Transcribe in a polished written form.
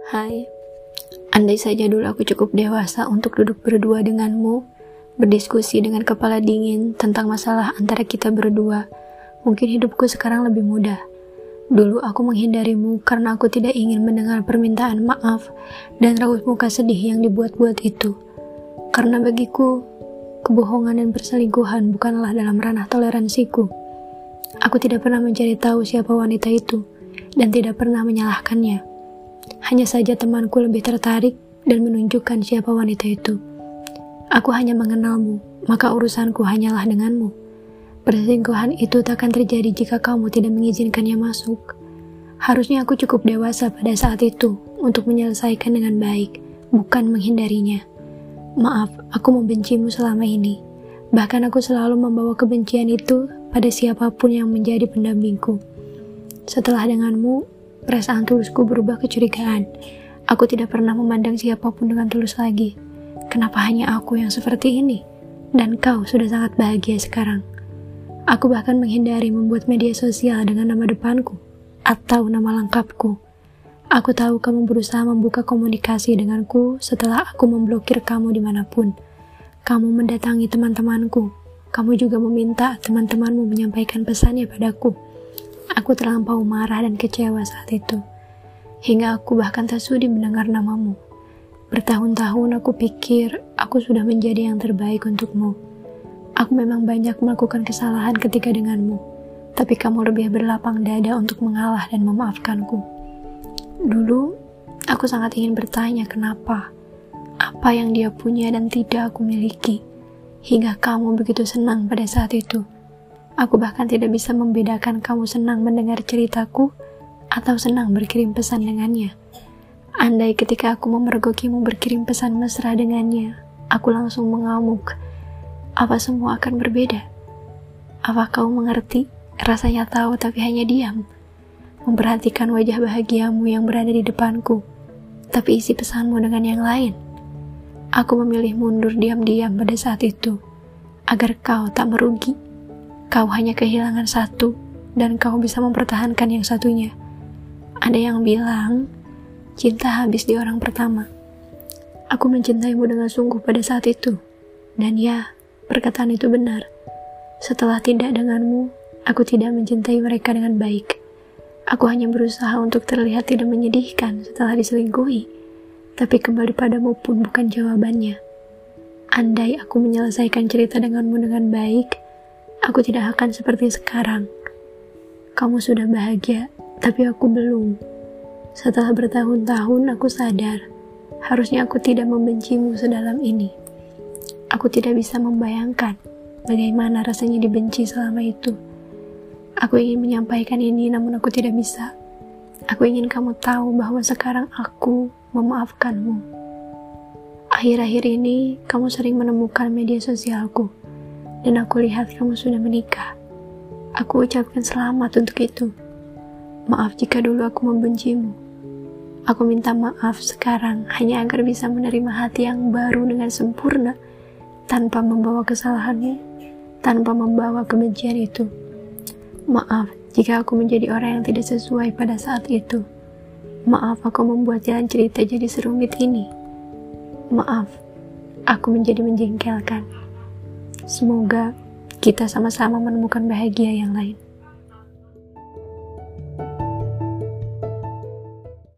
Hai, andai saja dulu aku cukup dewasa untuk duduk berdua denganmu, berdiskusi dengan kepala dingin tentang masalah antara kita berdua, mungkin hidupku sekarang lebih mudah. Dulu aku menghindarimu karena aku tidak ingin mendengar permintaan maaf dan raut muka sedih yang dibuat-buat itu. Karena bagiku, kebohongan dan perselingkuhan bukanlah dalam ranah toleransiku. Aku tidak pernah mencari tahu siapa wanita itu, dan tidak pernah menyalahkannya. Hanya saja temanku lebih tertarik dan menunjukkan siapa wanita itu. Aku hanya mengenalmu, maka urusanku hanyalah denganmu. Perselingkuhan itu takkan terjadi jika kamu tidak mengizinkannya masuk. Harusnya aku cukup dewasa pada saat itu untuk menyelesaikan dengan baik, bukan menghindarinya. Maaf, aku membencimu selama ini. Bahkan aku selalu membawa kebencian itu pada siapapun yang menjadi pendampingku. Setelah denganmu, perasaan tulusku berubah kecurigaan. Aku tidak pernah memandang siapapun dengan tulus lagi. Kenapa hanya aku yang seperti ini? Dan kau sudah sangat bahagia sekarang. Aku bahkan menghindari membuat media sosial dengan nama depanku atau nama lengkapku. Aku tahu kamu berusaha membuka komunikasi denganku setelah aku memblokir kamu dimanapun. Kamu mendatangi teman-temanku. Kamu juga meminta teman-temanmu menyampaikan pesannya padaku. Aku terlampau marah dan kecewa saat itu. Hingga aku bahkan tak sudi mendengar namamu. Bertahun-tahun aku pikir aku sudah menjadi yang terbaik untukmu. Aku memang banyak melakukan kesalahan ketika denganmu, tapi kamu lebih berlapang dada untuk mengalah dan memaafkanku. Dulu, aku sangat ingin bertanya kenapa, apa yang dia punya dan tidak aku miliki, hingga kamu begitu senang pada saat itu. Aku bahkan tidak bisa membedakan kamu senang mendengar ceritaku atau senang berkirim pesan dengannya. Andai ketika aku memergokimu berkirim pesan mesra dengannya, aku langsung mengamuk. Apa semua akan berbeda? Apa kau mengerti? Rasanya tahu tapi hanya diam. Memperhatikan wajah bahagiamu yang berada di depanku, tapi isi pesanmu dengan yang lain. Aku memilih mundur diam-diam pada saat itu, agar kau tak merugi. Kau hanya kehilangan satu, dan kau bisa mempertahankan yang satunya. Ada yang bilang, cinta habis di orang pertama. Aku mencintaimu dengan sungguh pada saat itu. Dan ya, perkataan itu benar. Setelah tidak denganmu, aku tidak mencintai mereka dengan baik. Aku hanya berusaha untuk terlihat tidak menyedihkan setelah diselingkuhi. Tapi kembali padamu pun bukan jawabannya. Andai aku menyelesaikan cerita denganmu dengan baik, aku tidak akan seperti sekarang. Kamu sudah bahagia, tapi aku belum. Setelah bertahun-tahun aku sadar, harusnya aku tidak membencimu sedalam ini. Aku tidak bisa membayangkan bagaimana rasanya dibenci selama itu. Aku ingin menyampaikan ini, namun aku tidak bisa. Aku ingin kamu tahu bahwa sekarang aku memaafkanmu. Akhir-akhir ini, kamu sering menemukan media sosialku. Dan aku lihat kamu sudah menikah. Aku ucapkan selamat untuk itu. Maaf jika dulu aku membencimu. Aku minta maaf sekarang hanya agar bisa menerima hati yang baru dengan sempurna, tanpa membawa kesalahannya, tanpa membawa kebencian itu. Maaf jika aku menjadi orang yang tidak sesuai pada saat itu. Maaf aku membuat jalan cerita jadi serumit ini. Maaf, aku menjadi menjengkelkan. Semoga kita sama-sama menemukan bahagia yang lain.